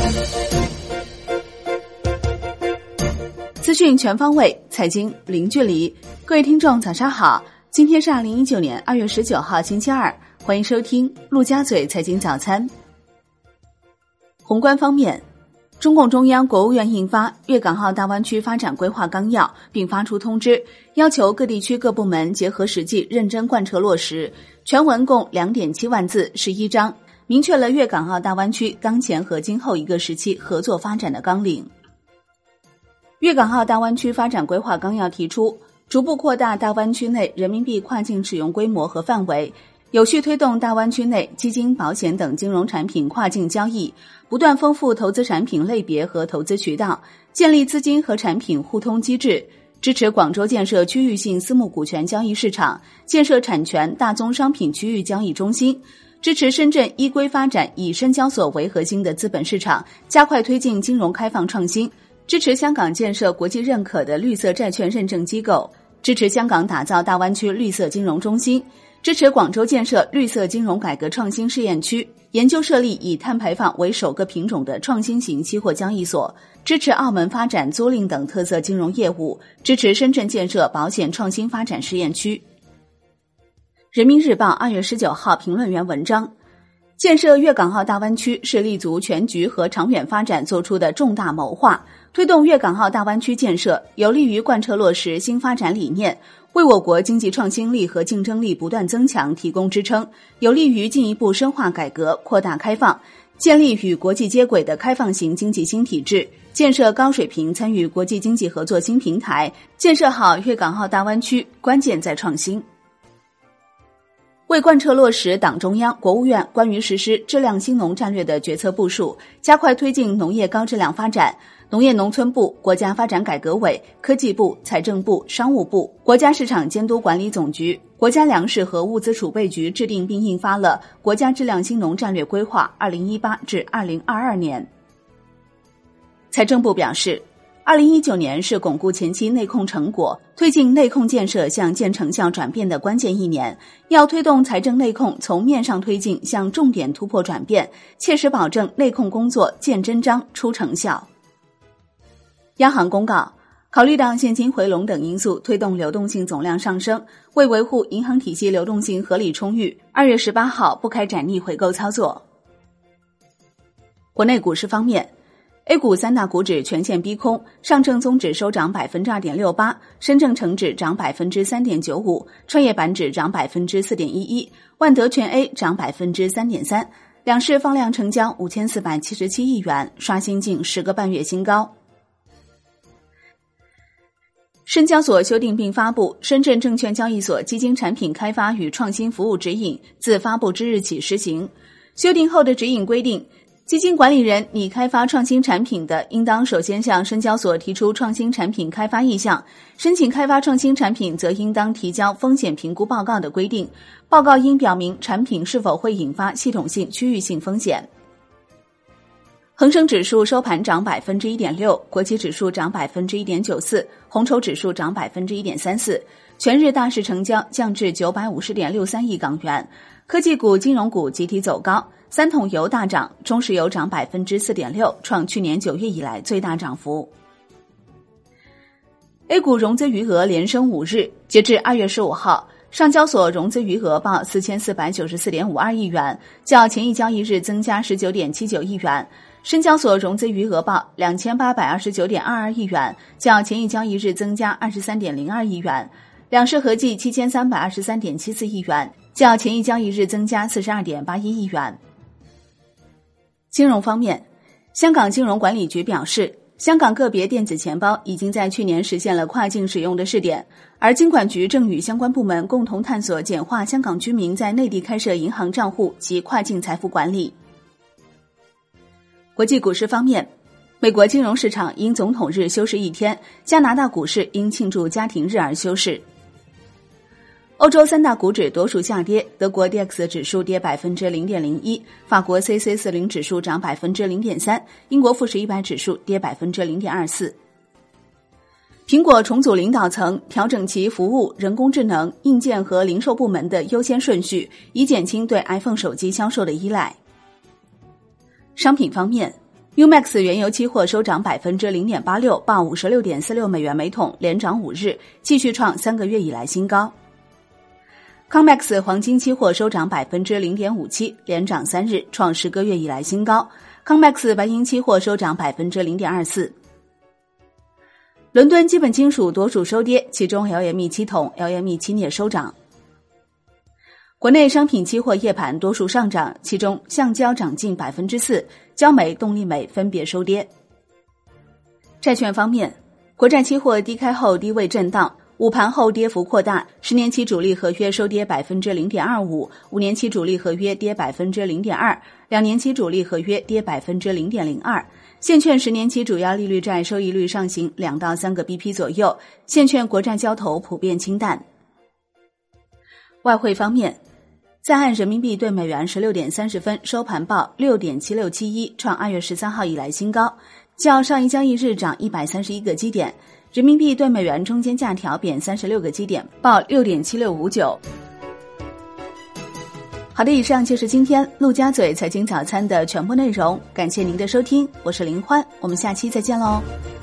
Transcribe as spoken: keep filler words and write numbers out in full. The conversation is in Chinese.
资讯全方位，财经零距离。各位听众早上好，今天是二零一九年二月十九号星期二，欢迎收听陆家嘴财经早餐。宏观方面，中共中央、国务院印发《粤港澳大湾区发展规划纲要》，并发出通知，要求各地区各部门结合实际认真贯彻落实。全文共 两点七万字，十一章，明确了粤港澳大湾区当前和今后一个时期合作发展的纲领。粤港澳大湾区发展规划纲要提出，逐步扩大大湾区内人民币跨境使用规模和范围，有序推动大湾区内基金、保险等金融产品跨境交易，不断丰富投资产品类别和投资渠道，建立资金和产品互通机制，支持广州建设区域性私募股权交易市场，建设产权大宗商品区域交易中心，支持深圳依规发展以深交所为核心的资本市场，加快推进金融开放创新，支持香港建设国际认可的绿色债券认证机构，支持香港打造大湾区绿色金融中心，支持广州建设绿色金融改革创新试验区，研究设立以碳排放为首个品种的创新型期货交易所，支持澳门发展租赁等特色金融业务，支持深圳建设保险创新发展试验区。人民日报二月十九号评论员文章，建设粤港澳大湾区是立足全局和长远发展做出的重大谋划，推动粤港澳大湾区建设有利于贯彻落实新发展理念，为我国经济创新力和竞争力不断增强提供支撑，有利于进一步深化改革、扩大开放，建立与国际接轨的开放型经济新体制，建设高水平参与国际经济合作新平台。建设好粤港澳大湾区，关键在创新。为贯彻落实党中央、国务院关于实施质量兴农战略的决策部署，加快推进农业高质量发展，农业农村部、国家发展改革委、科技部、财政部、商务部、国家市场监督管理总局、国家粮食和物资储备局制定并印发了《国家质量兴农战略规划 二零一八至二零二二年》。财政部表示，二零一九年是巩固前期内控成果、推进内控建设向见成效转变的关键一年，要推动财政内控从面上推进向重点突破转变，切实保证内控工作见真章、出成效。央行公告，考虑到现金回笼等因素推动流动性总量上升，为维护银行体系流动性合理充裕，二月十八号不开展逆回购操作。国内股市方面， A 股三大股指全线逼空，上证综指收涨 百分之二点六八， 深证成指涨 百分之三点九五， 创业板指涨 百分之四点一一， 万德全 A 涨 百分之三点三， 两市放量成交五千四百七十七亿元，刷新近十个半月新高。深交所修订并发布《深圳证券交易所基金产品开发与创新服务指引》，自发布之日起施行。修订后的指引规定，基金管理人拟开发创新产品的，应当首先向深交所提出创新产品开发意向，申请开发创新产品则应当提交风险评估报告的规定，报告应表明产品是否会引发系统性、区域性风险。恒生指数收盘涨 百分之一点六， 国企指数涨 百分之一点九四， 红筹指数涨 百分之一点三四， 全日大市成交降至 九百五十点六三亿港元，科技股、金融股集体走高，三桶油大涨，中石油涨 百分之四点六， 创去年九月以来最大涨幅。A 股融资余额连升五日，截至二月十五号，上交所融资余额报 四千四百九十四点五二亿元，较前一交易日增加 十九点七九亿元。深交所融资余额报 两千八百二十九点二二亿元，较前一交易日增加 二十三点零二亿元。两市合计 七千三百二十三点七四亿元，较前一交易日增加 四十二点八一亿元。金融方面，香港金融管理局表示，香港个别电子钱包已经在去年实现了跨境使用的试点，而金管局正与相关部门共同探索简化香港居民在内地开设银行账户及跨境财富管理。国际股市方面，美国金融市场因总统日休市一天，加拿大股市因庆祝家庭日而休市。欧洲三大股指多数下跌，德国 D X 指数跌 百分之零点零一， 法国 C C 四十 指数涨 百分之零点三， 英国富时一百指数跌 百分之零点二四。苹果重组领导层，调整其服务、人工智能、硬件和零售部门的优先顺序，以减轻对 iPhone 手机销售的依赖。商品方面， U M A X 原油期货收涨 百分之零点八六， 报 五十六点四六美元每桶，连涨五日，继续创三个月以来新高。C O M E X 黄金期货收涨 百分之零点五七， 连涨三日，创十个月以来新高。C O M E X 白银期货收涨 百分之零点二四。伦敦基本金属多数收跌，其中 L M E 七铜、L M E 七镍收涨。国内商品期货夜盘多数上涨，其中橡胶涨近 百分之四， 焦煤、动力煤分别收跌。债券方面，国债期货低开后低位震荡，午盘后跌幅扩大，十年期主力合约收跌 百分之零点二五， 五年期主力合约跌 百分之零点二， 两年期主力合约跌 百分之零点零二。现券十年期主要利率债收益率上行两到三个 B P 左右，现券国债交投普遍清淡。外汇方面，在岸人民币对美元十六点三十分收盘报 六点七六七一， 创二月十三号以来新高，较上一交易日涨一百三十一个基点，人民币对美元中间价调贬三十六个基点，报 六点七六五九。好的，以上就是今天陆家嘴财经早餐的全部内容，感谢您的收听，我是林欢，我们下期再见喽。